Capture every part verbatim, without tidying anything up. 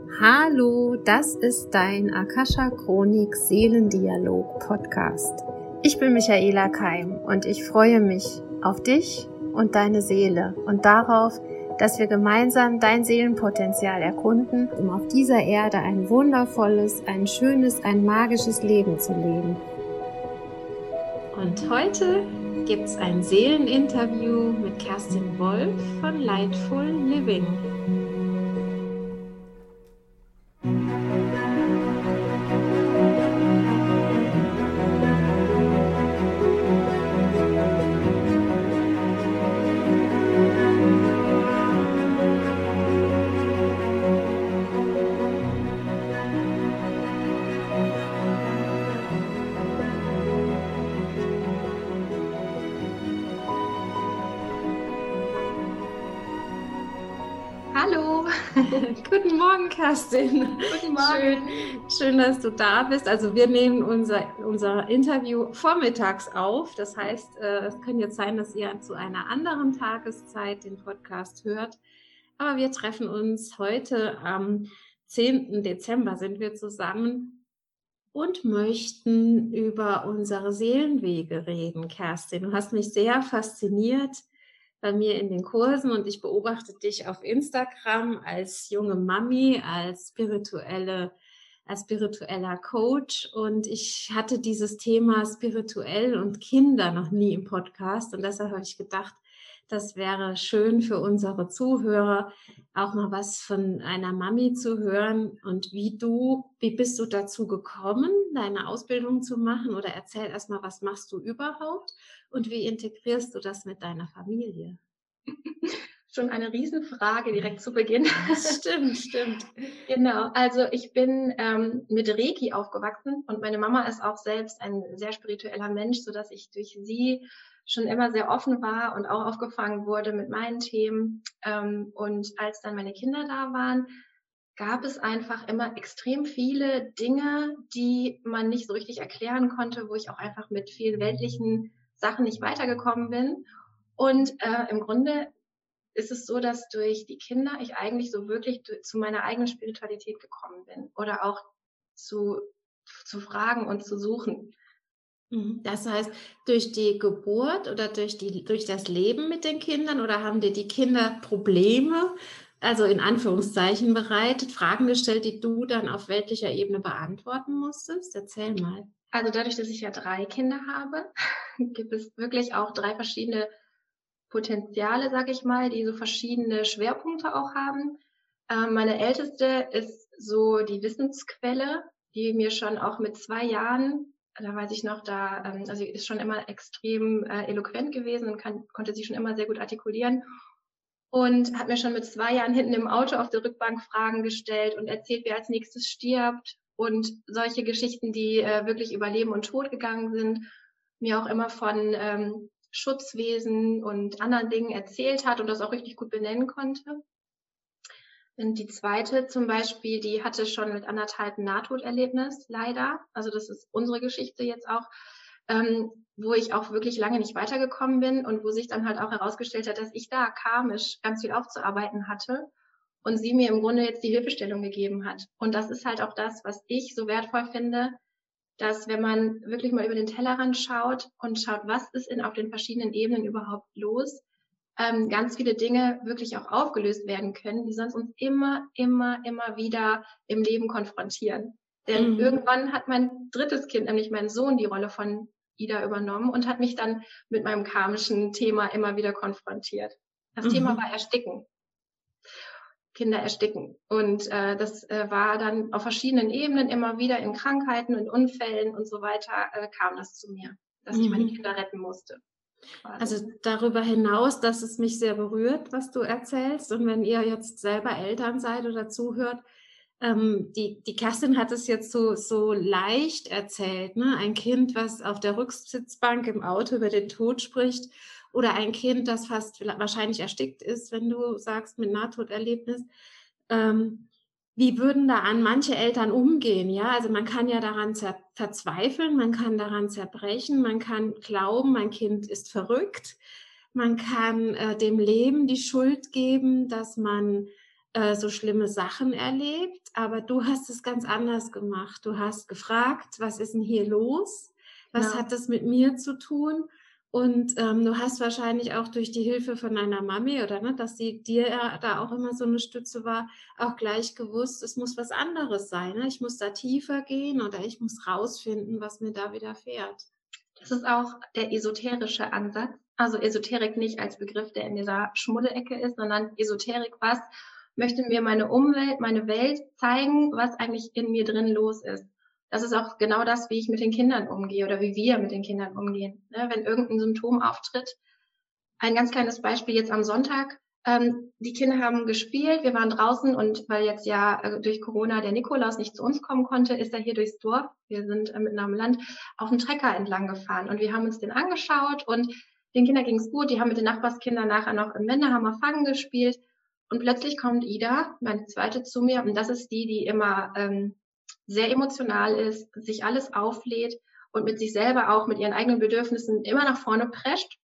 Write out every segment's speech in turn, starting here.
Hallo, das ist dein Akasha Chronik Seelendialog Podcast. Ich bin Michaela Keim und ich freue mich auf dich und deine Seele und darauf, dass wir gemeinsam dein Seelenpotenzial erkunden, um auf dieser Erde ein wundervolles, ein schönes, ein magisches Leben zu leben. Und heute gibt es ein Seeleninterview mit Kerstin Wolf von Lightful Living. Hallo. Guten Morgen, Kerstin. Guten Morgen. Schön, schön, dass du da bist. Also wir nehmen unser, unser Interview vormittags auf. Das heißt, es kann jetzt sein, dass ihr zu einer anderen Tageszeit den Podcast hört. Aber wir treffen uns heute am zehnten Dezember sind wir zusammen und möchten über unsere Seelenwege reden, Kerstin. Du hast mich sehr fasziniert bei mir in den Kursen und ich beobachte dich auf Instagram als junge Mami, als spirituelle, als spiritueller Coach und ich hatte dieses Thema spirituell und Kinder noch nie im Podcast und deshalb habe ich gedacht, das wäre schön für unsere Zuhörer, auch mal was von einer Mami zu hören und wie du, wie bist du dazu gekommen, deine Ausbildung zu machen oder erzähl erstmal, was machst du überhaupt und wie integrierst du das mit deiner Familie? Schon eine Riesenfrage direkt zu Beginn. Stimmt, stimmt. Genau, also ich bin ähm, mit Reiki aufgewachsen und meine Mama ist auch selbst ein sehr spiritueller Mensch, sodass ich durch sie schon immer sehr offen war und auch aufgefangen wurde mit meinen Themen. Ähm, und als dann meine Kinder da waren, gab es einfach immer extrem viele Dinge, die man nicht so richtig erklären konnte, wo ich auch einfach mit vielen weltlichen Sachen nicht weitergekommen bin. Und äh, im Grunde ist es so, dass durch die Kinder ich eigentlich so wirklich zu meiner eigenen Spiritualität gekommen bin oder auch zu, zu fragen und zu suchen. Das heißt, durch die Geburt oder durch, die, durch das Leben mit den Kindern oder haben dir die Kinder Probleme, also in Anführungszeichen bereitet, Fragen gestellt, die du dann auf weltlicher Ebene beantworten musstest? Erzähl mal. Also dadurch, dass ich ja drei Kinder habe, gibt es wirklich auch drei verschiedene Potenziale, sag ich mal, die so verschiedene Schwerpunkte auch haben. Ähm, meine älteste ist so die Wissensquelle, die mir schon auch mit zwei Jahren, da weiß ich noch, da, ähm, also sie ist schon immer extrem äh, eloquent gewesen und kann, konnte sich schon immer sehr gut artikulieren und hat mir schon mit zwei Jahren hinten im Auto auf der Rückbank Fragen gestellt und erzählt, wer als nächstes stirbt und solche Geschichten, die äh, wirklich über Leben und Tod gegangen sind, mir auch immer von ähm, Schutzwesen und anderen Dingen erzählt hat und das auch richtig gut benennen konnte. Und die zweite zum Beispiel, die hatte schon mit anderthalb ein Nahtoderlebnis, leider. Also das ist unsere Geschichte jetzt auch, ähm, wo ich auch wirklich lange nicht weitergekommen bin und wo sich dann halt auch herausgestellt hat, dass ich da karmisch ganz viel aufzuarbeiten hatte und sie mir im Grunde jetzt die Hilfestellung gegeben hat. Und das ist halt auch das, was ich so wertvoll finde, dass wenn man wirklich mal über den Tellerrand schaut und schaut, was ist in auf den verschiedenen Ebenen überhaupt los, ähm, ganz viele Dinge wirklich auch aufgelöst werden können, die sonst uns immer, immer, immer wieder im Leben konfrontieren. Denn mhm. irgendwann hat mein drittes Kind, nämlich mein Sohn, die Rolle von Ida übernommen und hat mich dann mit meinem karmischen Thema immer wieder konfrontiert. Das mhm. Thema war Ersticken. Kinder ersticken. Und äh, das äh, war dann auf verschiedenen Ebenen immer wieder in Krankheiten und Unfällen und so weiter äh, kam das zu mir, dass mhm. ich meine Kinder retten musste. Quasi. Also darüber hinaus, dass es mich sehr berührt, was du erzählst. Und wenn ihr jetzt selber Eltern seid oder zuhört, ähm, die, die Kerstin hat es jetzt so, so leicht erzählt, ne? Ein Kind, was auf der Rücksitzbank im Auto über den Tod spricht oder ein Kind, das fast wahrscheinlich erstickt ist, wenn du sagst, mit Nahtoderlebnis. Ähm, wie würden da an manche Eltern umgehen? Ja, also man kann ja daran zer- verzweifeln, man kann daran zerbrechen, man kann glauben, mein Kind ist verrückt, man kann äh, dem Leben die Schuld geben, dass man äh, so schlimme Sachen erlebt, aber du hast es ganz anders gemacht. Du hast gefragt, was ist denn hier los? Was Genau. hat das mit mir zu tun? Und ähm, du hast wahrscheinlich auch durch die Hilfe von deiner Mami oder ne, dass sie dir ja da auch immer so eine Stütze war, auch gleich gewusst, es muss was anderes sein. Ne? Ich muss da tiefer gehen oder ich muss rausfinden, was mir da widerfährt. Das ist auch der esoterische Ansatz. Also Esoterik nicht als Begriff, der in dieser Schmuddelecke ist, sondern Esoterik, was möchte mir meine Umwelt, meine Welt zeigen, was eigentlich in mir drin los ist. Das ist auch genau das, wie ich mit den Kindern umgehe oder wie wir mit den Kindern umgehen. Ne, wenn irgendein Symptom auftritt, ein ganz kleines Beispiel jetzt am Sonntag. Ähm, die Kinder haben gespielt, wir waren draußen und weil jetzt ja äh, durch Corona der Nikolaus nicht zu uns kommen konnte, ist er hier durchs Dorf, wir sind äh, mitten am Land, auf dem Trecker entlang gefahren. Und wir haben uns den angeschaut und den Kindern ging es gut. Die haben mit den Nachbarskindern nachher noch im Wendehammer Fangen gespielt. Und plötzlich kommt Ida, meine zweite, zu mir. Und das ist die, die immer ähm, sehr emotional ist, sich alles auflädt und mit sich selber auch, mit ihren eigenen Bedürfnissen immer nach vorne prescht.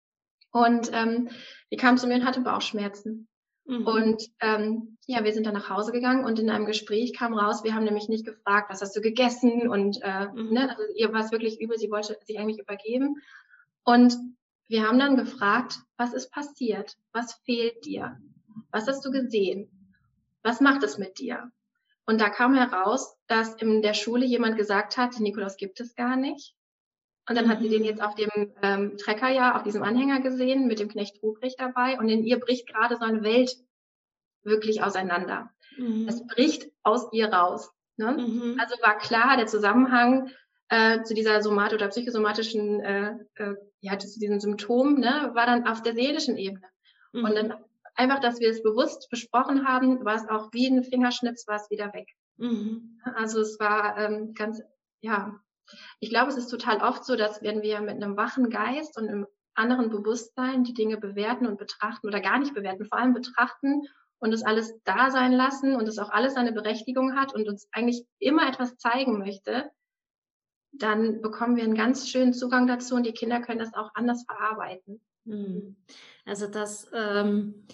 Und ähm, die kam zu mir und hatte Bauchschmerzen. Mhm. Und ähm, ja, wir sind dann nach Hause gegangen und in einem Gespräch kam raus, wir haben nämlich nicht gefragt, was hast du gegessen? Und äh, mhm. ne, also ihr war es wirklich übel, sie wollte sich eigentlich übergeben. Und wir haben dann gefragt, was ist passiert? Was fehlt dir? Was hast du gesehen? Was macht es mit dir? Und da kam heraus, dass in der Schule jemand gesagt hat, Nikolaus gibt es gar nicht. Und dann mhm. hat sie den jetzt auf dem ähm, Trecker ja, auf diesem Anhänger gesehen, mit dem Knecht Ruprecht dabei. Und in ihr bricht gerade so eine Welt wirklich auseinander. Mhm. Es bricht aus ihr raus. Ne? Mhm. Also war klar, der Zusammenhang äh, zu dieser somat- oder psychosomatischen, äh, äh, ja, zu diesen Symptomen, ne, war dann auf der seelischen Ebene. Mhm. Und dann einfach, dass wir es bewusst besprochen haben, war es auch wie ein Fingerschnips, war es wieder weg. Mhm. Also es war ähm, ganz, ja, ich glaube, es ist total oft so, dass wenn wir mit einem wachen Geist und einem anderen Bewusstsein die Dinge bewerten und betrachten oder gar nicht bewerten, vor allem betrachten und es alles da sein lassen und es auch alles seine Berechtigung hat und uns eigentlich immer etwas zeigen möchte, dann bekommen wir einen ganz schönen Zugang dazu und die Kinder können das auch anders verarbeiten. Also das... Ähm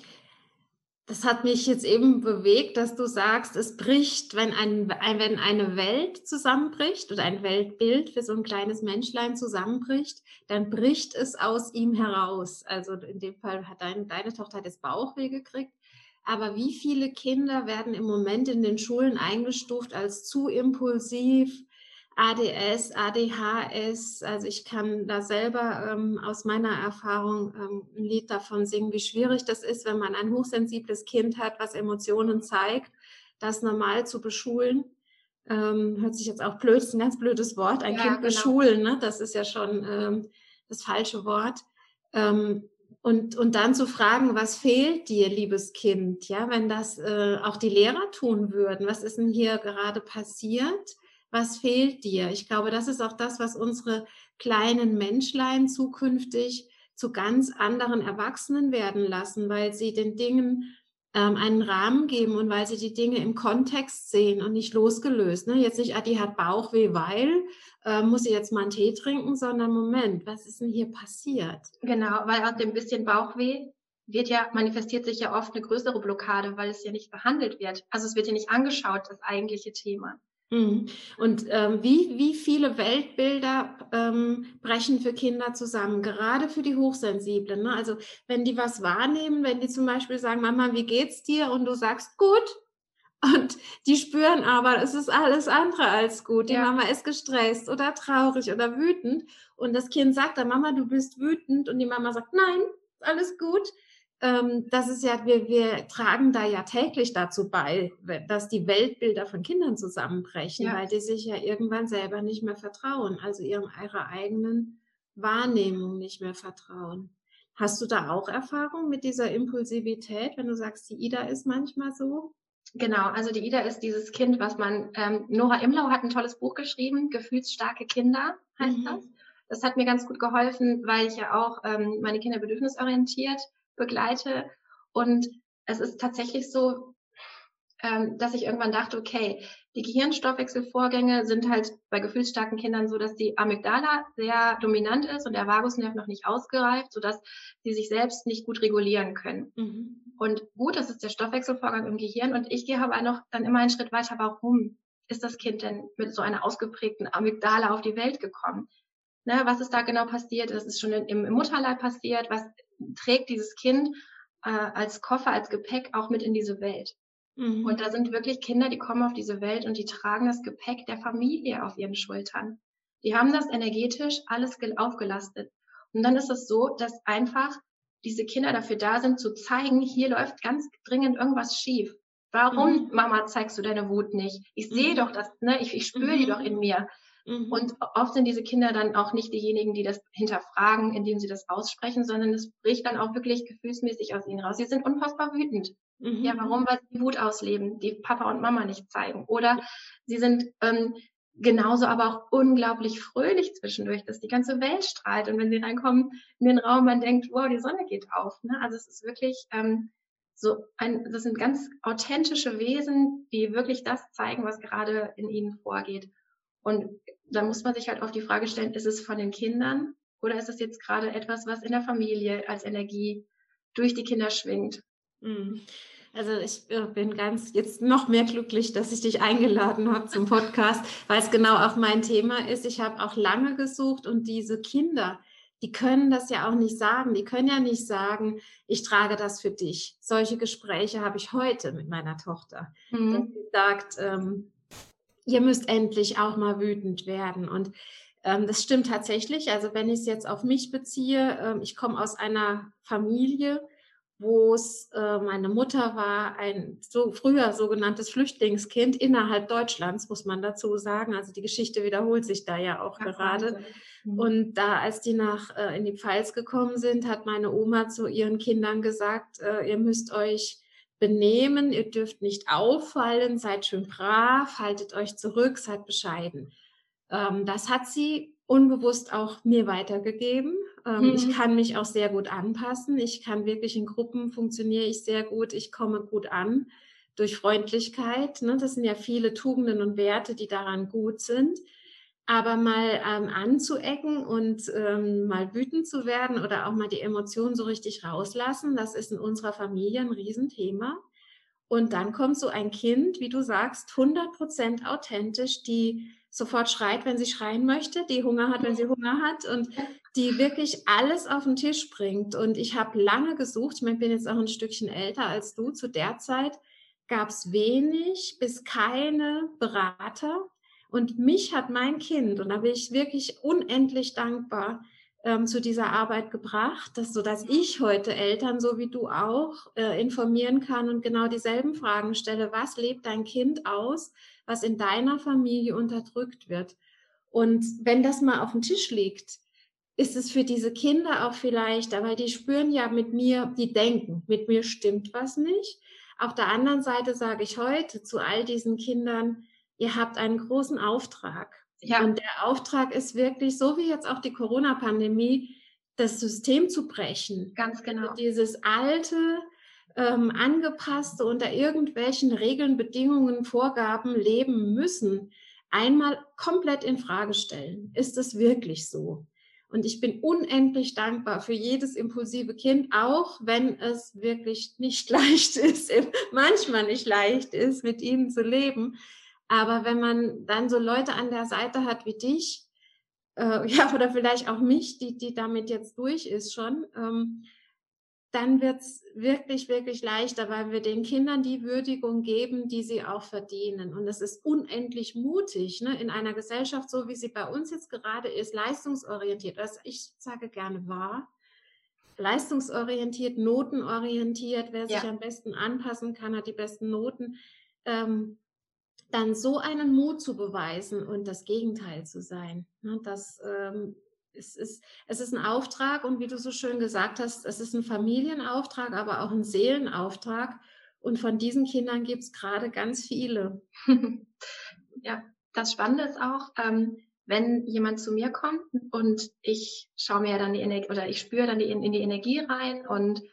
Das hat mich jetzt eben bewegt, dass du sagst, es bricht, wenn, ein, wenn eine Welt zusammenbricht oder ein Weltbild für so ein kleines Menschlein zusammenbricht, dann bricht es aus ihm heraus. Also in dem Fall hat dein, deine Tochter das Bauchweh gekriegt. Aber wie viele Kinder werden im Moment in den Schulen eingestuft als zu impulsiv, A D S, A D H S, also ich kann da selber ähm, aus meiner Erfahrung ähm, ein Lied davon singen, wie schwierig das ist, wenn man ein hochsensibles Kind hat, was Emotionen zeigt, das normal zu beschulen. Ähm, hört sich jetzt auch blöd, ist ein ganz blödes Wort, ein ja, Kind genau. beschulen, ne? Das ist ja schon ähm, das falsche Wort. Ähm, und, und dann zu fragen, was fehlt dir, liebes Kind, ja, wenn das äh, auch die Lehrer tun würden, was ist denn hier gerade passiert? Was fehlt dir? Ich glaube, das ist auch das, was unsere kleinen Menschlein zukünftig zu ganz anderen Erwachsenen werden lassen, weil sie den Dingen ähm, einen Rahmen geben und weil sie die Dinge im Kontext sehen und nicht losgelöst. Ne? Jetzt nicht, ah, die hat Bauchweh, weil, äh, muss sie jetzt mal einen Tee trinken, sondern Moment, was ist denn hier passiert? Genau, weil aus dem bisschen Bauchweh wird ja, manifestiert sich ja oft eine größere Blockade, weil es ja nicht behandelt wird. Also es wird ja nicht angeschaut, das eigentliche Thema. Und ähm, wie, wie viele Weltbilder ähm, brechen für Kinder zusammen, gerade für die Hochsensiblen. Ne? Also wenn die was wahrnehmen, wenn die zum Beispiel sagen, Mama, wie geht's dir? Und du sagst, gut. Und die spüren aber, es ist alles andere als gut. Die ja. Mama ist gestresst oder traurig oder wütend. Und das Kind sagt dann, Mama, du bist wütend. Und die Mama sagt, nein, alles gut. Das ist ja, wir, wir tragen da ja täglich dazu bei, dass die Weltbilder von Kindern zusammenbrechen, ja. weil die sich ja irgendwann selber nicht mehr vertrauen, also ihrem, ihrer eigenen Wahrnehmung nicht mehr vertrauen. Hast du da auch Erfahrung mit dieser Impulsivität, wenn du sagst, die Ida ist manchmal so? Genau, also die Ida ist dieses Kind, was man, ähm, Nora Imlau hat ein tolles Buch geschrieben, Gefühlsstarke Kinder heißt mhm. das. Das hat mir ganz gut geholfen, weil ich ja auch ähm, meine Kinder bedürfnisorientiert begleite. Und es ist tatsächlich so, ähm, dass ich irgendwann dachte, okay, die Gehirnstoffwechselvorgänge sind halt bei gefühlsstarken Kindern so, dass die Amygdala sehr dominant ist und der Vagusnerv noch nicht ausgereift, sodass sie sich selbst nicht gut regulieren können. Mhm. Und gut, das ist der Stoffwechselvorgang im Gehirn. Und ich gehe aber noch dann immer einen Schritt weiter. Warum ist das Kind denn mit so einer ausgeprägten Amygdala auf die Welt gekommen? Ne, was ist da genau passiert? Das ist schon im, im Mutterleib passiert. Was trägt dieses Kind äh, als Koffer, als Gepäck auch mit in diese Welt? Mhm. Und da sind wirklich Kinder, die kommen auf diese Welt und die tragen das Gepäck der Familie auf ihren Schultern. Die haben das energetisch alles aufgelastet. Und dann ist es so, dass einfach diese Kinder dafür da sind, zu zeigen, hier läuft ganz dringend irgendwas schief. Warum, Mhm. Mama, zeigst du deine Wut nicht? Ich sehe Mhm. doch das, ne? Ich, ich spüre Mhm. die doch in mir. Mhm. Und oft sind diese Kinder dann auch nicht diejenigen, die das hinterfragen, indem sie das aussprechen, sondern es bricht dann auch wirklich gefühlsmäßig aus ihnen raus. Sie sind unfassbar wütend. Mhm. Ja, warum? Weil sie Wut ausleben, die Papa und Mama nicht zeigen. Oder sie sind ähm, genauso aber auch unglaublich fröhlich zwischendurch, dass die ganze Welt strahlt. Und wenn sie reinkommen in den Raum, man denkt, wow, die Sonne geht auf. Ne? Also es ist wirklich ähm, so ein, das sind ganz authentische Wesen, die wirklich das zeigen, was gerade in ihnen vorgeht. Und da muss man sich halt auf die Frage stellen, ist es von den Kindern oder ist es jetzt gerade etwas, was in der Familie als Energie durch die Kinder schwingt? Mhm. Also ich äh, bin ganz jetzt noch mehr glücklich, dass ich dich eingeladen habe zum Podcast, weil es genau auch mein Thema ist. Ich habe auch lange gesucht und diese Kinder, die können das ja auch nicht sagen. Die können ja nicht sagen, ich trage das für dich. Solche Gespräche habe ich heute mit meiner Tochter, dass Mhm. sie sagt, ähm, ihr müsst endlich auch mal wütend werden. Und ähm, das stimmt tatsächlich. Also wenn ich es jetzt auf mich beziehe, ähm, ich komme aus einer Familie, wo es äh, meine Mutter war, ein so früher sogenanntes Flüchtlingskind innerhalb Deutschlands, muss man dazu sagen. Also die Geschichte wiederholt sich da ja auch Ja, gerade. mhm. Und da, als die nach äh, in die Pfalz gekommen sind, hat meine Oma zu ihren Kindern gesagt, äh, ihr müsst euch benehmen, ihr dürft nicht auffallen, seid schön brav, haltet euch zurück, seid bescheiden. Ähm, das hat sie unbewusst auch mir weitergegeben. Ähm, Mhm. Ich kann mich auch sehr gut anpassen. Ich kann wirklich in Gruppen funktioniere ich sehr gut. Ich komme gut an durch Freundlichkeit. Ne? Das sind ja viele Tugenden und Werte, die daran gut sind. Aber mal ähm, anzuecken und ähm, mal wütend zu werden oder auch mal die Emotionen so richtig rauslassen, das ist in unserer Familie ein Riesenthema. Und dann kommt so ein Kind, wie du sagst, hundert Prozent authentisch, die sofort schreit, wenn sie schreien möchte, die Hunger hat, wenn sie Hunger hat und die wirklich alles auf den Tisch bringt. Und ich habe lange gesucht, ich meine, ich bin jetzt auch ein Stückchen älter als du, zu der Zeit gab es wenig bis keine Berater. Und mich hat mein Kind, und da bin ich wirklich unendlich dankbar, ähm, zu dieser Arbeit gebracht, dass, sodass ich heute Eltern, so wie du auch, äh, informieren kann und genau dieselben Fragen stelle. Was lebt dein Kind aus, was in deiner Familie unterdrückt wird? Und wenn das mal auf dem Tisch liegt, ist es für diese Kinder auch vielleicht, weil die spüren ja mit mir, die denken, mit mir stimmt was nicht. Auf der anderen Seite sage ich heute zu all diesen Kindern, ihr habt einen großen Auftrag. Ja. Und der Auftrag ist wirklich, so wie jetzt auch die Corona-Pandemie, das System zu brechen. Ganz genau. Also dieses alte, ähm, angepasste, unter irgendwelchen Regeln, Bedingungen, Vorgaben leben müssen, einmal komplett in Frage stellen. Ist es wirklich so? Und ich bin unendlich dankbar für jedes impulsive Kind, auch wenn es wirklich nicht leicht ist, manchmal nicht leicht ist, mit ihnen zu leben. Aber wenn man dann so Leute an der Seite hat wie dich, äh, ja, oder vielleicht auch mich, die, die damit jetzt durch ist schon, ähm, dann wird's wirklich, wirklich leichter, weil wir den Kindern die Würdigung geben, die sie auch verdienen. Und es ist unendlich mutig, ne, in einer Gesellschaft, so wie sie bei uns jetzt gerade ist, leistungsorientiert, was ich sage gerne war, leistungsorientiert, notenorientiert, wer sich Ja. am besten anpassen kann, hat die besten Noten, ähm, dann so einen Mut zu beweisen und das Gegenteil zu sein. Ne, das ähm, es ist, es ist ein Auftrag und wie du so schön gesagt hast, es ist ein Familienauftrag, aber auch ein Seelenauftrag. Und von diesen Kindern gibt es gerade ganz viele. Ja, das Spannende ist auch, ähm, wenn jemand zu mir kommt und ich schaue mir dann die Energie oder ich spüre dann die, in die Energie rein und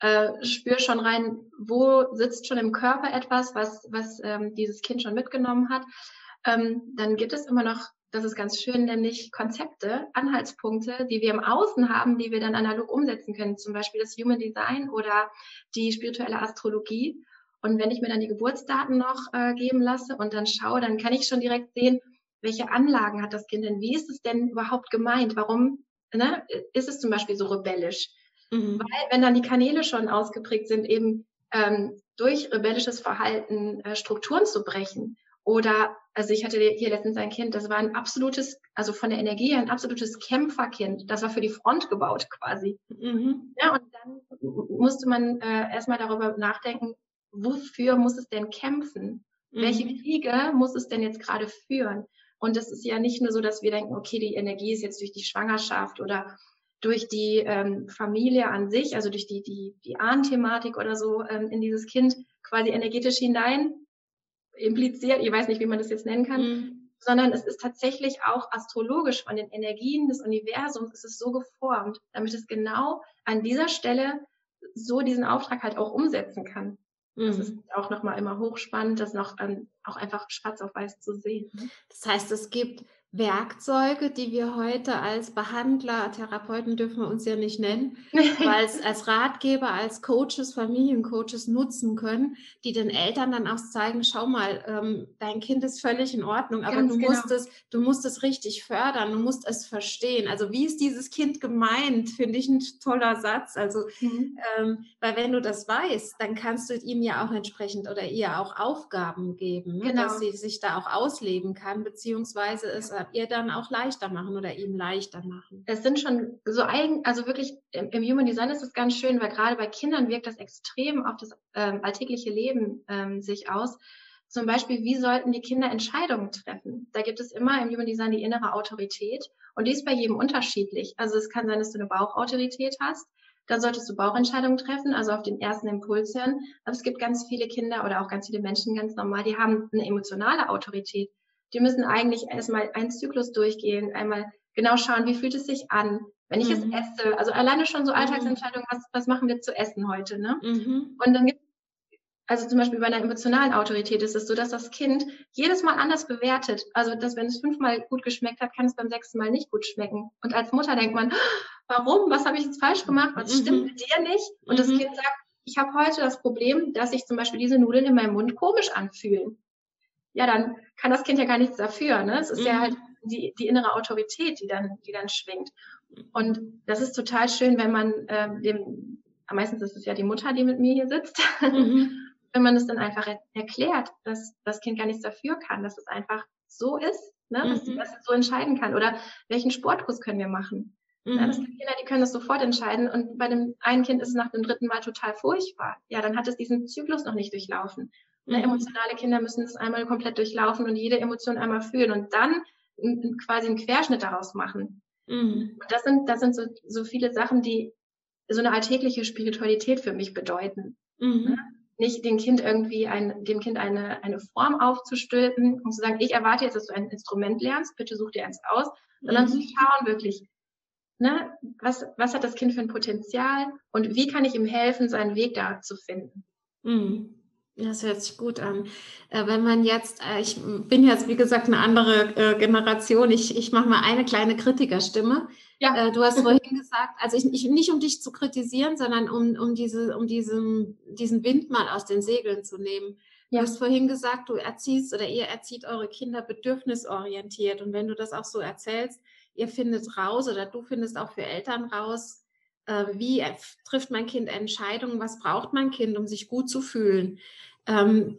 äh, spür schon rein, wo sitzt schon im Körper etwas, was, was ähm, dieses Kind schon mitgenommen hat. Ähm, dann gibt es immer noch, das ist ganz schön, nämlich Konzepte, Anhaltspunkte, die wir im Außen haben, die wir dann analog umsetzen können. Zum Beispiel das Human Design oder die spirituelle Astrologie. Und wenn ich mir dann die Geburtsdaten noch äh, geben lasse und dann schaue, dann kann ich schon direkt sehen, welche Anlagen hat das Kind denn? Wie ist es denn überhaupt gemeint? Warum, ne, ist es zum Beispiel so rebellisch? Mhm. Weil wenn dann die Kanäle schon ausgeprägt sind, eben ähm, durch rebellisches Verhalten äh, Strukturen zu brechen. Oder, also ich hatte hier letztens ein Kind, das war ein absolutes, also von der Energie her ein absolutes Kämpferkind. Das war für die Front gebaut quasi. Mhm. Ja, und dann musste man äh, erstmal darüber nachdenken, wofür muss es denn kämpfen? Mhm. Welche Kriege muss es denn jetzt gerade führen? Und das ist ja nicht nur so, dass wir denken, okay, die Energie ist jetzt durch die Schwangerschaft oder durch die ähm, Familie an sich, also durch die, die, die Ahnenthematik oder so ähm, in dieses Kind quasi energetisch hinein impliziert, ich weiß nicht, wie man das jetzt nennen kann, mhm. sondern es ist tatsächlich auch astrologisch von den Energien des Universums, es ist so geformt, damit es genau an dieser Stelle so diesen Auftrag halt auch umsetzen kann. Mhm. Das ist auch nochmal immer hochspannend, das noch ähm, auch einfach schwarz auf weiß zu sehen. Das heißt, es gibt Werkzeuge, die wir heute als Behandler, Therapeuten dürfen wir uns ja nicht nennen, weil es als Ratgeber, als Coaches, Familiencoaches nutzen können, die den Eltern dann auch zeigen, schau mal, ähm, dein Kind ist völlig in Ordnung, aber du, genau. musst es, du musst es richtig fördern, du musst es verstehen. Also wie ist dieses Kind gemeint, finde ich ein toller Satz. Also, mhm. ähm, weil wenn du das weißt, dann kannst du ihm ja auch entsprechend oder ihr auch Aufgaben geben, ne, genau. dass sie sich da auch ausleben kann, beziehungsweise es ihr dann auch leichter machen oder ihm leichter machen. Es sind schon so eigen, also wirklich im, im Human Design ist es ganz schön, weil gerade bei Kindern wirkt das extrem auf das ähm, alltägliche Leben ähm, sich aus. Zum Beispiel, wie sollten die Kinder Entscheidungen treffen? Da gibt es immer im Human Design die innere Autorität und die ist bei jedem unterschiedlich. Also es kann sein, dass du eine Bauchautorität hast, dann solltest du Bauchentscheidungen treffen, also auf den ersten Impuls hören. Aber es gibt ganz viele Kinder oder auch ganz viele Menschen ganz normal, die haben eine emotionale Autorität. Die müssen eigentlich erstmal einen Zyklus durchgehen, einmal genau schauen, wie fühlt es sich an, wenn ich mhm. es esse. Also alleine schon so Alltagsentscheidungen, was, was machen wir zu essen heute, ne? Mhm. Und dann gibt also zum Beispiel bei einer emotionalen Autorität ist es so, dass das Kind jedes Mal anders bewertet. Also, dass wenn es fünfmal gut geschmeckt hat, kann es beim sechsten Mal nicht gut schmecken. Und als Mutter denkt man, warum? Was habe ich jetzt falsch gemacht? Was mhm. stimmt mit dir nicht? Und mhm. das Kind sagt, ich habe heute das Problem, dass sich zum Beispiel diese Nudeln in meinem Mund komisch anfühlen. Ja, dann kann das Kind ja gar nichts dafür, ne? Es ist mhm. ja halt die, die innere Autorität, die dann, die dann schwingt. Und das ist total schön, wenn man ähm, dem, meistens ist es ja die Mutter, die mit mir hier sitzt, mhm. wenn man es dann einfach er- erklärt, dass das Kind gar nichts dafür kann, dass es einfach so ist, ne? dass, mhm. dass es so entscheiden kann. Oder welchen Sportkurs können wir machen? Mhm. Ja, das sind Kinder, die können das sofort entscheiden. Und bei dem einen Kind ist es nach dem dritten Mal total furchtbar. Ja, dann hat es diesen Zyklus noch nicht durchlaufen. Ne, mhm. Emotionale Kinder müssen es einmal komplett durchlaufen und jede Emotion einmal fühlen und dann n- quasi einen Querschnitt daraus machen. Mhm. Und das sind, das sind so, so viele Sachen, die so eine alltägliche Spiritualität für mich bedeuten. Mhm. Ne? Nicht dem Kind irgendwie ein, dem Kind eine, eine Form aufzustülpen und zu sagen, ich erwarte jetzt, dass du ein Instrument lernst, bitte such dir eins aus, sondern mhm. zu schauen wirklich, ne, was, was hat das Kind für ein Potenzial und wie kann ich ihm helfen, seinen Weg da zu finden. Mhm. Das hört sich gut an. Äh, wenn man jetzt, äh, ich bin jetzt, wie gesagt, eine andere äh, Generation, ich, ich mache mal eine kleine Kritikerstimme. Ja. Äh, du hast vorhin gesagt, also ich, ich, nicht um dich zu kritisieren, sondern um, um, diese, um diesen, diesen Wind mal aus den Segeln zu nehmen. Ja. Du hast vorhin gesagt, du erziehst oder ihr erzieht eure Kinder bedürfnisorientiert. Und wenn du das auch so erzählst, ihr findet raus oder du findest auch für Eltern raus, wie trifft mein Kind Entscheidungen, was braucht mein Kind, um sich gut zu fühlen. Ähm,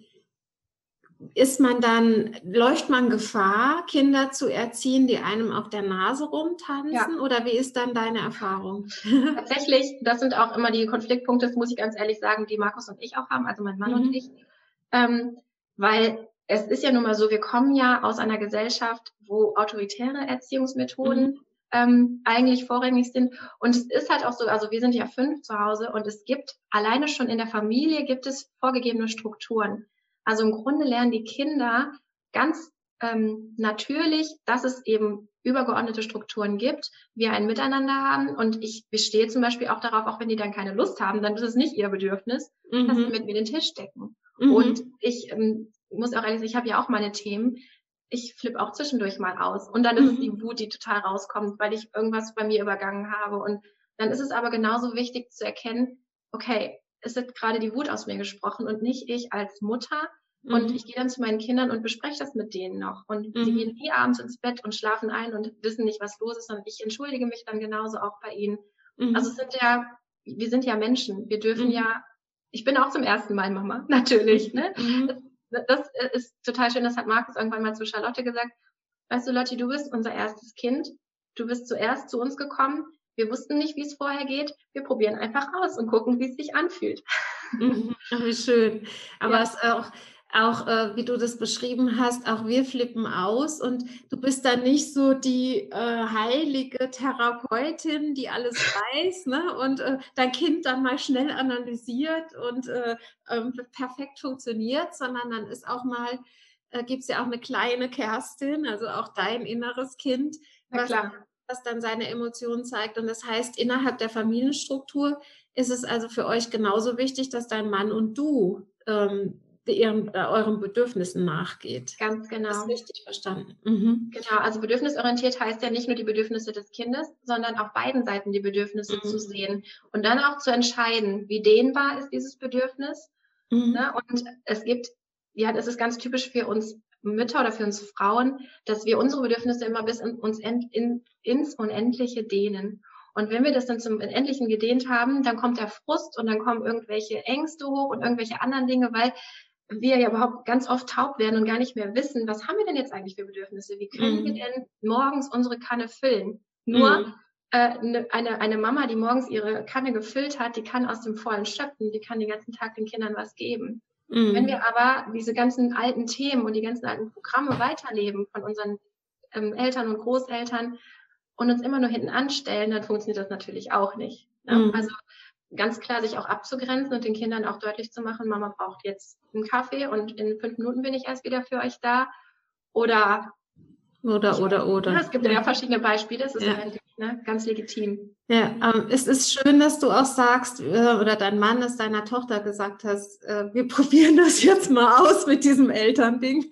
ist man dann, läuft man Gefahr, Kinder zu erziehen, die einem auf der Nase rumtanzen? Ja. Oder wie ist dann deine Erfahrung? Tatsächlich, das sind auch immer die Konfliktpunkte, das muss ich ganz ehrlich sagen, die Markus und ich auch haben, also mein Mann mhm. und ich. Ähm, weil es ist ja nun mal so, wir kommen ja aus einer Gesellschaft, wo autoritäre Erziehungsmethoden mhm. ähm, eigentlich vorrangig sind. Und es ist halt auch so, also wir sind ja fünf zu Hause und es gibt, alleine schon in der Familie gibt es vorgegebene Strukturen. Also im Grunde lernen die Kinder ganz ähm, natürlich, dass es eben übergeordnete Strukturen gibt, wir ein Miteinander haben und ich bestehe zum Beispiel auch darauf, auch wenn die dann keine Lust haben, dann ist es nicht ihr Bedürfnis, mhm. dass sie mit mir den Tisch decken. Mhm. Und ich ähm, muss auch ehrlich sagen, ich habe ja auch meine Themen, ich flippe auch zwischendurch mal aus und dann ist mhm. es die Wut, die total rauskommt, weil ich irgendwas bei mir übergangen habe und dann ist es aber genauso wichtig zu erkennen, okay, es wird gerade die Wut aus mir gesprochen und nicht ich als Mutter. Und mhm. ich gehe dann zu meinen Kindern und bespreche das mit denen noch. Und mhm. sie gehen nie abends ins Bett und schlafen ein und wissen nicht, was los ist, sondern ich entschuldige mich dann genauso auch bei ihnen. Mhm. Also es sind ja, wir sind ja Menschen. Wir dürfen mhm. ja, ich bin auch zum ersten Mal Mama, natürlich. Ne? Mhm. Das, das ist total schön, das hat Markus irgendwann mal zu Charlotte gesagt. Weißt du, Lotti, du bist unser erstes Kind. Du bist zuerst zu uns gekommen. Wir wussten nicht, wie es vorher geht. Wir probieren einfach aus und gucken, wie es sich anfühlt. Mhm. Oh, wie schön. Aber ja. es auch, auch äh, wie du das beschrieben hast, auch wir flippen aus und du bist dann nicht so die äh, heilige Therapeutin, die alles weiß, ne? Und äh, dein Kind dann mal schnell analysiert und äh, äh, perfekt funktioniert, sondern dann ist auch mal, äh, gibt es ja auch eine kleine Kerstin, also auch dein inneres Kind, Na was, klar. was dann seine Emotionen zeigt. Und das heißt, innerhalb der Familienstruktur ist es also für euch genauso wichtig, dass dein Mann und du ähm, ihren, äh, euren Bedürfnissen nachgeht. Ganz genau. Das ist richtig verstanden. Mhm. Genau, also bedürfnisorientiert heißt ja nicht nur die Bedürfnisse des Kindes, sondern auf beiden Seiten die Bedürfnisse mhm. zu sehen und dann auch zu entscheiden, wie dehnbar ist dieses Bedürfnis. Mhm. Ne? Und es gibt, ja, das ist ganz typisch für uns Mütter oder für uns Frauen, dass wir unsere Bedürfnisse immer bis in, uns in, in, ins Unendliche dehnen. Und wenn wir das dann zum Unendlichen gedehnt haben, dann kommt der Frust und dann kommen irgendwelche Ängste hoch und irgendwelche anderen Dinge, weil wir ja überhaupt ganz oft taub werden und gar nicht mehr wissen, was haben wir denn jetzt eigentlich für Bedürfnisse? Wie können mm. wir denn morgens unsere Kanne füllen? Nur mm. äh, ne, eine, eine Mama, die morgens ihre Kanne gefüllt hat, die kann aus dem Vollen schöpfen, die kann den ganzen Tag den Kindern was geben. Mm. Wenn wir aber diese ganzen alten Themen und die ganzen alten Programme weiterleben von unseren ähm, Eltern und Großeltern und uns immer nur hinten anstellen, dann funktioniert das natürlich auch nicht. Ne? Mm. Also ganz klar sich auch abzugrenzen und den Kindern auch deutlich zu machen, Mama braucht jetzt einen Kaffee und in fünf Minuten bin ich erst wieder für euch da. Oder, oder, oder, oder. Ja, es gibt ja verschiedene Beispiele, das ist ja, ja ne, ganz legitim. Ja, ähm, es ist schön, dass du auch sagst, äh, oder dein Mann es deiner Tochter gesagt hast, äh, wir probieren das jetzt mal aus mit diesem Elternding.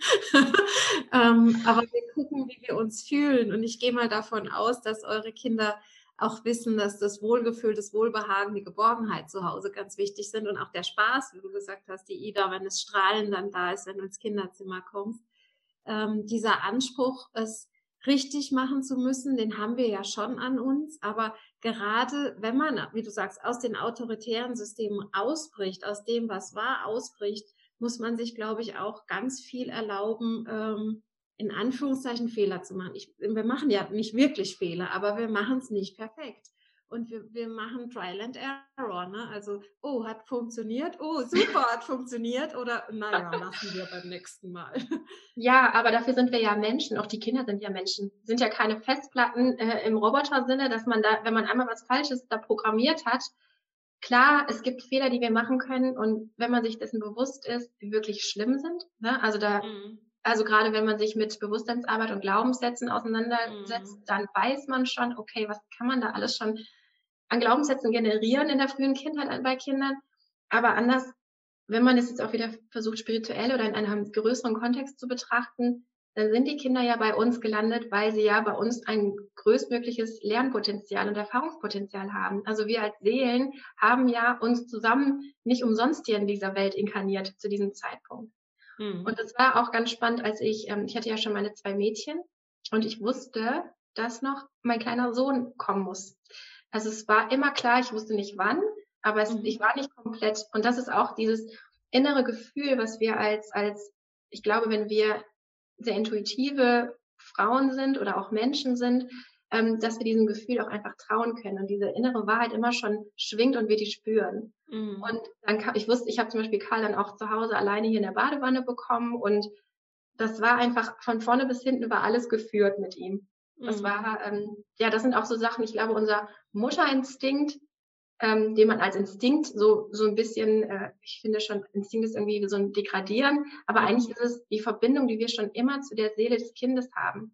ähm, aber wir gucken, wie wir uns fühlen. Und ich gehe mal davon aus, dass eure Kinder auch wissen, dass das Wohlgefühl, das Wohlbehagen, die Geborgenheit zu Hause ganz wichtig sind und auch der Spaß, wie du gesagt hast, die Ida, wenn das Strahlen dann da ist, wenn du ins Kinderzimmer kommst. Ähm, dieser Anspruch, es richtig machen zu müssen, den haben wir ja schon an uns, aber gerade wenn man, wie du sagst, aus den autoritären Systemen ausbricht, aus dem, was war, ausbricht, muss man sich, glaube ich, auch ganz viel erlauben, ähm, in Anführungszeichen Fehler zu machen. Ich, wir machen ja nicht wirklich Fehler, aber wir machen es nicht perfekt. Und wir, wir machen Trial and Error. Ne? Also, oh, hat funktioniert, oh, super, hat funktioniert oder naja, lassen wir beim nächsten Mal. Ja, aber dafür sind wir ja Menschen, auch die Kinder sind ja Menschen. Sind ja keine Festplatten äh, im Roboter-Sinne, dass man da, wenn man einmal was Falsches da programmiert hat, klar, es gibt Fehler, die wir machen können und wenn man sich dessen bewusst ist, die wirklich schlimm sind, ne? Also da mhm. Also gerade wenn man sich mit Bewusstseinsarbeit und Glaubenssätzen auseinandersetzt, mm. dann weiß man schon, okay, was kann man da alles schon an Glaubenssätzen generieren in der frühen Kindheit bei Kindern. Aber anders, wenn man es jetzt auch wieder versucht, spirituell oder in einem größeren Kontext zu betrachten, dann sind die Kinder ja bei uns gelandet, weil sie ja bei uns ein größtmögliches Lernpotenzial und Erfahrungspotenzial haben. Also wir als Seelen haben ja uns zusammen nicht umsonst hier in dieser Welt inkarniert zu diesem Zeitpunkt. Und es war auch ganz spannend, als ich, ähm, ich hatte ja schon meine zwei Mädchen und ich wusste, dass noch mein kleiner Sohn kommen muss. Also es war immer klar, ich wusste nicht wann, aber es, mhm. ich war nicht komplett. Und das ist auch dieses innere Gefühl, was wir als, als, ich glaube, wenn wir sehr intuitive Frauen sind oder auch Menschen sind, ähm, dass wir diesem Gefühl auch einfach trauen können und diese innere Wahrheit immer schon schwingt und wir die spüren. Mhm. Und dann kam, ich wusste, ich habe zum Beispiel Karl dann auch zu Hause alleine hier in der Badewanne bekommen und das war einfach von vorne bis hinten war alles geführt mit ihm. Mhm. Das war, ähm, ja, das sind auch so Sachen, ich glaube, unser Mutterinstinkt, ähm, den man als Instinkt so, so ein bisschen, äh, ich finde schon, Instinkt ist irgendwie so ein Degradieren, aber mhm. eigentlich ist es die Verbindung, die wir schon immer zu der Seele des Kindes haben.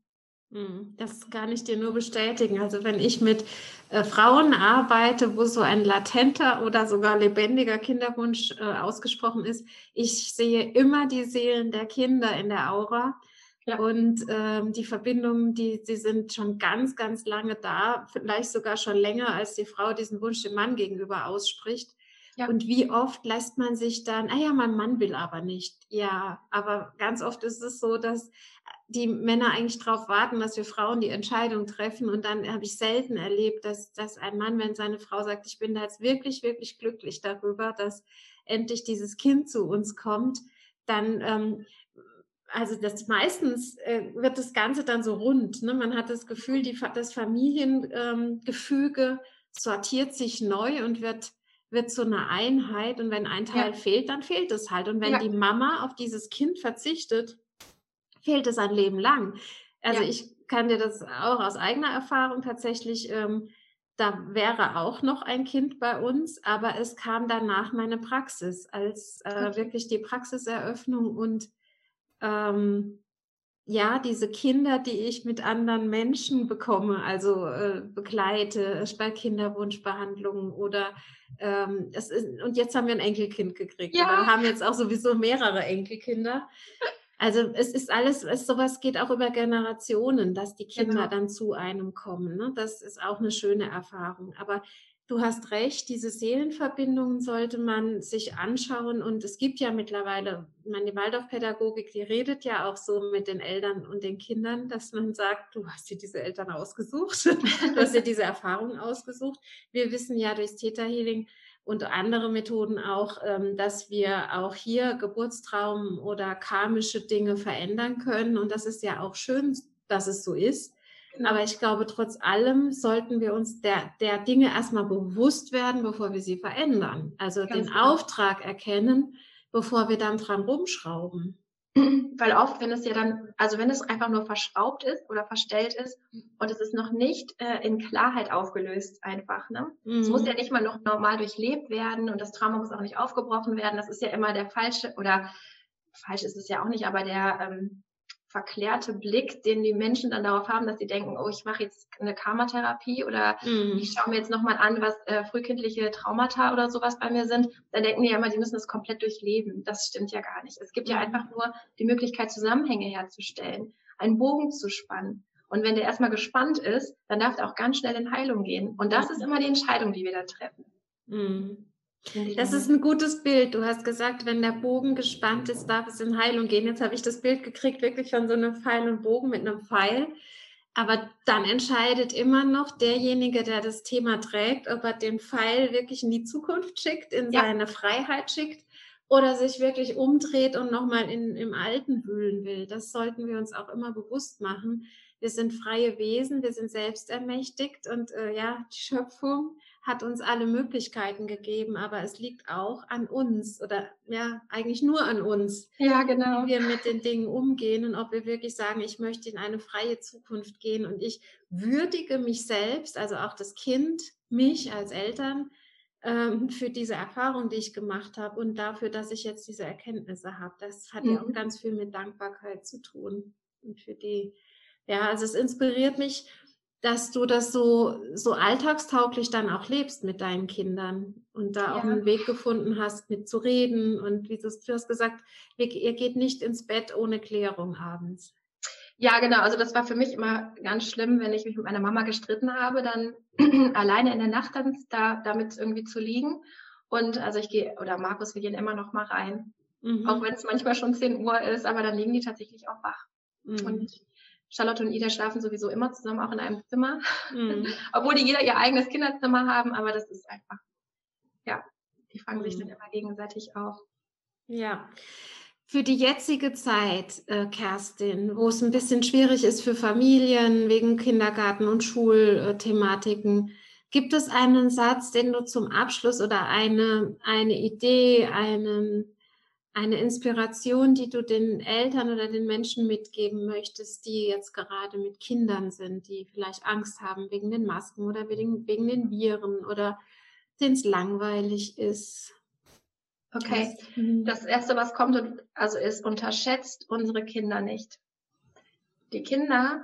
Mhm. Das kann ich dir nur bestätigen. Also wenn ich mit äh, Frauen arbeite, wo so ein latenter oder sogar lebendiger Kinderwunsch äh, ausgesprochen ist, ich sehe immer die Seelen der Kinder in der Aura. Ja. Und ähm, die Verbindungen, die, die sind schon ganz, ganz lange da, vielleicht sogar schon länger, als die Frau diesen Wunsch dem Mann gegenüber ausspricht. Ja. Und wie oft lässt man sich dann, ah ja, mein Mann will aber nicht. Ja, aber ganz oft ist es so, dass die Männer eigentlich darauf warten, dass wir Frauen die Entscheidung treffen. Und dann habe ich selten erlebt, dass, dass ein Mann, wenn seine Frau sagt, ich bin da jetzt wirklich, wirklich glücklich darüber, dass endlich dieses Kind zu uns kommt, dann, ähm, also das meistens äh, wird das Ganze dann so rund. Ne? Man hat das Gefühl, die, das Familiengefüge ähm, sortiert sich neu und wird wird zu einer Einheit. Und wenn ein Teil Ja. fehlt, dann fehlt es halt. Und wenn Ja. die Mama auf dieses Kind verzichtet, fehlt es ein Leben lang. Also Ja. ich kann dir das auch aus eigener Erfahrung tatsächlich, ähm, da wäre auch noch ein Kind bei uns, aber es kam danach meine Praxis, als äh, Okay. wirklich die Praxiseröffnung und ähm, ja, diese Kinder, die ich mit anderen Menschen bekomme, also äh, begleite bei Kinderwunschbehandlungen oder ähm, es ist, und jetzt haben wir ein Enkelkind gekriegt Ja. oder haben jetzt auch sowieso mehrere Enkelkinder. Also es ist alles, es, sowas geht auch über Generationen, dass die Kinder Genau. dann zu einem kommen. Ne? Das ist auch eine schöne Erfahrung. Aber du hast recht, diese Seelenverbindungen sollte man sich anschauen. Und es gibt ja mittlerweile, ich meine, die Waldorfpädagogik, die redet ja auch so mit den Eltern und den Kindern, dass man sagt, du hast dir diese Eltern ausgesucht, du hast dir diese Erfahrung ausgesucht. Wir wissen ja durchs Theta Healing und andere Methoden auch, dass wir auch hier Geburtstraum oder karmische Dinge verändern können. Und das ist ja auch schön, dass es so ist. Genau. Aber ich glaube, trotz allem sollten wir uns der, der Dinge erstmal bewusst werden, bevor wir sie verändern. Also Ganz den genau. Auftrag erkennen, bevor wir dann dran rumschrauben. Weil oft, wenn es ja dann, also wenn es einfach nur verschraubt ist oder verstellt ist und es ist noch nicht äh, in Klarheit aufgelöst einfach, ne? Mhm. Es muss ja nicht mal noch normal durchlebt werden und das Trauma muss auch nicht aufgebrochen werden. Das ist ja immer der falsche, oder falsch ist es ja auch nicht, aber der ähm, verklärte Blick, den die Menschen dann darauf haben, dass sie denken, oh, ich mache jetzt eine Karmatherapie oder Mhm. ich schaue mir jetzt nochmal an, was äh, frühkindliche Traumata oder sowas bei mir sind. Dann denken die ja immer, die müssen das komplett durchleben. Das stimmt ja gar nicht. Es gibt Mhm. ja einfach nur die Möglichkeit, Zusammenhänge herzustellen, einen Bogen zu spannen. Und wenn der erstmal gespannt ist, dann darf er auch ganz schnell in Heilung gehen. Und das ist immer die Entscheidung, die wir da treffen. Mhm. Das ist ein gutes Bild. Du hast gesagt, wenn der Bogen gespannt ist, darf es in Heilung gehen. Jetzt habe ich das Bild gekriegt, wirklich von so einem Pfeil und Bogen mit einem Pfeil. Aber dann entscheidet immer noch derjenige, der das Thema trägt, ob er den Pfeil wirklich in die Zukunft schickt, in Ja. seine Freiheit schickt oder sich wirklich umdreht und nochmal im Alten wühlen will. Das sollten wir uns auch immer bewusst machen. Wir sind freie Wesen, wir sind selbstermächtigt und äh, ja, die Schöpfung hat uns alle Möglichkeiten gegeben, aber es liegt auch an uns oder ja, eigentlich nur an uns, ja, genau. wie wir mit den Dingen umgehen und ob wir wirklich sagen, ich möchte in eine freie Zukunft gehen und ich würdige mich selbst, also auch das Kind, mich als Eltern, ähm, für diese Erfahrung, die ich gemacht habe und dafür, dass ich jetzt diese Erkenntnisse habe. Das hat mhm. ja auch ganz viel mit Dankbarkeit zu tun und für die, ja, also es inspiriert mich, dass du das so, so alltagstauglich dann auch lebst mit deinen Kindern und da Ja. auch einen Weg gefunden hast, mit zu reden und wie du, du hast gesagt, ihr geht nicht ins Bett ohne Klärung abends. Ja, genau. Also das war für mich immer ganz schlimm, wenn ich mich mit meiner Mama gestritten habe, dann alleine in der Nacht dann da, damit irgendwie zu liegen. Und also ich gehe, oder Markus, wir gehen immer noch mal rein. Mhm. Auch wenn es manchmal schon zehn Uhr ist, aber dann liegen die tatsächlich auch wach. Mhm. Und Charlotte und Ida schlafen sowieso immer zusammen, auch in einem Zimmer. Mhm. Obwohl die jeder ihr eigenes Kinderzimmer haben, aber das ist einfach, ja, die fangen mhm. sich dann immer gegenseitig auf. Ja. Für die jetzige Zeit, äh, Kerstin, wo es ein bisschen schwierig ist für Familien wegen Kindergarten und Schulthematiken, gibt es einen Satz, den du zum Abschluss oder eine, eine Idee, einen, eine Inspiration, die du den Eltern oder den Menschen mitgeben möchtest, die jetzt gerade mit Kindern sind, die vielleicht Angst haben wegen den Masken oder wegen, wegen den Viren oder denen es langweilig ist? Okay, das Erste, was kommt, also ist, unterschätzt unsere Kinder nicht. Die Kinder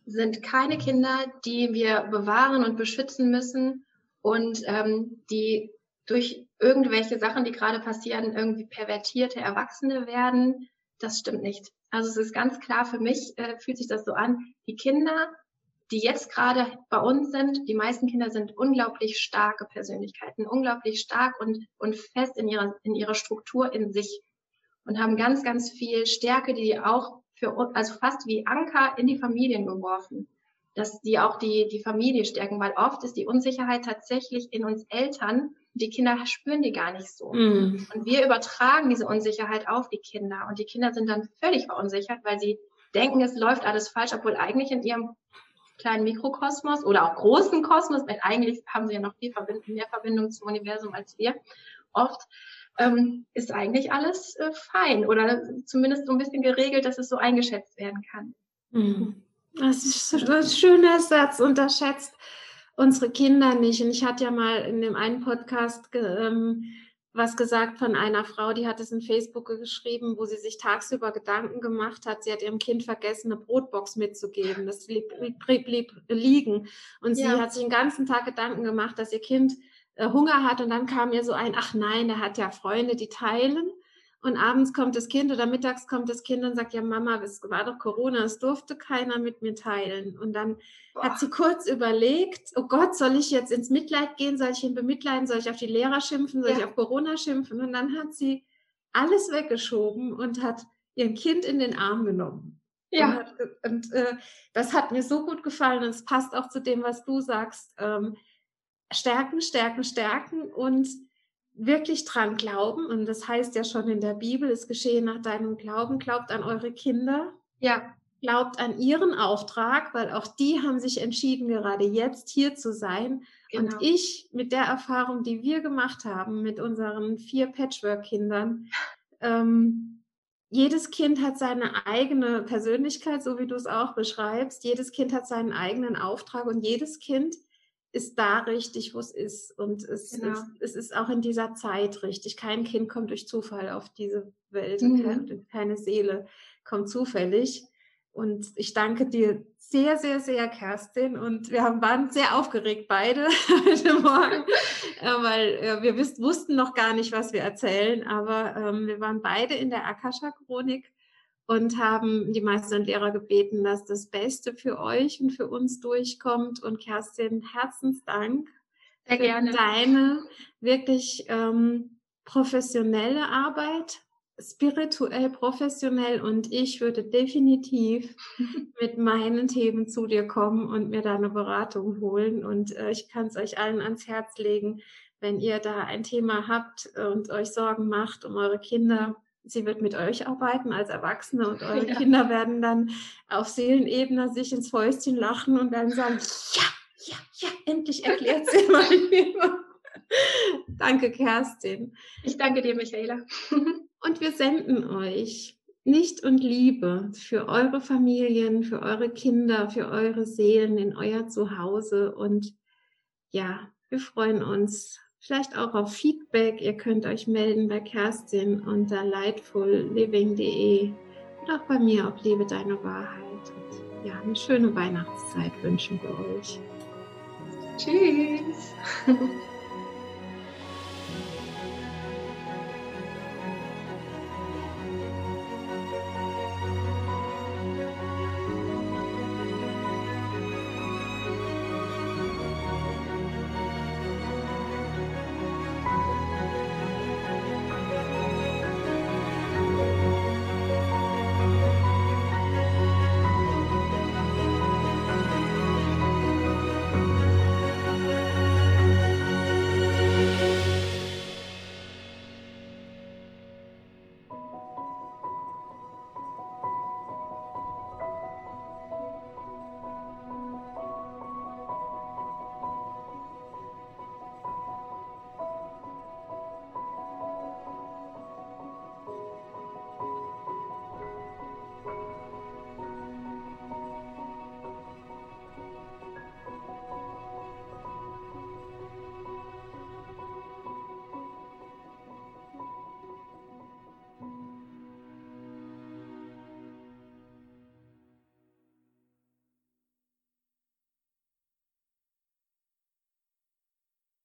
sind keine Kinder, die wir bewahren und beschützen müssen und ähm, die durch irgendwelche Sachen, die gerade passieren, irgendwie pervertierte Erwachsene werden. Das stimmt nicht. Also es ist ganz klar für mich, äh, fühlt sich das so an, die Kinder, die jetzt gerade bei uns sind, die meisten Kinder sind unglaublich starke Persönlichkeiten, unglaublich stark und, und fest in ihrer, in ihrer Struktur in sich und haben ganz, ganz viel Stärke, die auch für uns, also fast wie Anker in die Familien geworfen, dass die auch die, die Familie stärken, weil oft ist die Unsicherheit tatsächlich in uns Eltern, die Kinder spüren die gar nicht so. Mm. Und wir übertragen diese Unsicherheit auf die Kinder und die Kinder sind dann völlig verunsichert, weil sie denken, es läuft alles falsch, obwohl eigentlich in ihrem kleinen Mikrokosmos oder auch großen Kosmos, weil eigentlich haben sie ja noch viel Verbind- mehr Verbindung zum Universum als wir, oft ähm, ist eigentlich alles äh, fein oder zumindest so ein bisschen geregelt, dass es so eingeschätzt werden kann. Mhm. Das ist ein schöner Satz, unterschätzt unsere Kinder nicht. Und ich hatte ja mal in dem einen Podcast ge- ähm, was gesagt von einer Frau, die hat es in Facebook geschrieben, wo sie sich tagsüber Gedanken gemacht hat. Sie hat ihrem Kind vergessen, eine Brotbox mitzugeben. Das blieb, blieb, blieb liegen. Und sie ja. hat sich den ganzen Tag Gedanken gemacht, dass ihr Kind äh, Hunger hat. Und dann kam ihr so ein, ach nein, der hat ja Freunde, die teilen. Und abends kommt das Kind oder mittags kommt das Kind und sagt, ja Mama, es war doch Corona, es durfte keiner mit mir teilen. Und dann Boah. hat sie kurz überlegt, oh Gott, soll ich jetzt ins Mitleid gehen, soll ich ihn bemitleiden, soll ich auf die Lehrer schimpfen, soll ja. ich auf Corona schimpfen? Und dann hat sie alles weggeschoben und hat ihr Kind in den Arm genommen. Ja. Und, hat, und äh, das hat mir so gut gefallen und es passt auch zu dem, was du sagst. Ähm, stärken, stärken, stärken und wirklich dran glauben, und das heißt ja schon in der Bibel, es geschehe nach deinem Glauben, glaubt an eure Kinder, ja. glaubt an ihren Auftrag, weil auch die haben sich entschieden, gerade jetzt hier zu sein. Genau. Und ich, mit der Erfahrung, die wir gemacht haben, mit unseren vier Patchwork-Kindern, ähm, jedes Kind hat seine eigene Persönlichkeit, so wie du es auch beschreibst, jedes Kind hat seinen eigenen Auftrag und jedes Kind ist da richtig, wo es ist. Und es, genau. ist, es ist auch in dieser Zeit richtig. Kein Kind kommt durch Zufall auf diese Welt. Mhm. Keine, keine Seele kommt zufällig. Und ich danke dir sehr, sehr, sehr, Kerstin. Und wir haben, waren sehr aufgeregt beide heute Morgen, weil äh, wir wiss, wussten noch gar nicht, was wir erzählen. Aber ähm, wir waren beide in der Akasha-Chronik und haben die Meister und Lehrer gebeten, dass das Beste für euch und für uns durchkommt. Und Kerstin, Herzensdank Sehr für gerne. deine wirklich ähm, professionelle Arbeit, spirituell, professionell. Und ich würde definitiv mit meinen Themen zu dir kommen und mir da eine Beratung holen. Und äh, ich kann es euch allen ans Herz legen, wenn ihr da ein Thema habt und euch Sorgen macht um eure Kinder. Sie wird mit euch arbeiten als Erwachsene und eure ja. Kinder werden dann auf Seelenebene sich ins Fäustchen lachen und dann sagen, ja, ja, ja, endlich erklärt sie mal lieber. Danke, Kerstin. Ich danke dir, Michaela. Und wir senden euch Licht und Liebe für eure Familien, für eure Kinder, für eure Seelen in euer Zuhause. Und ja, wir freuen uns vielleicht auch auf Feedback. Ihr könnt euch melden bei Kerstin unter lightful living punkt de und auch bei mir auf Lebe deine Wahrheit. Und ja, eine schöne Weihnachtszeit wünschen wir euch. Tschüss.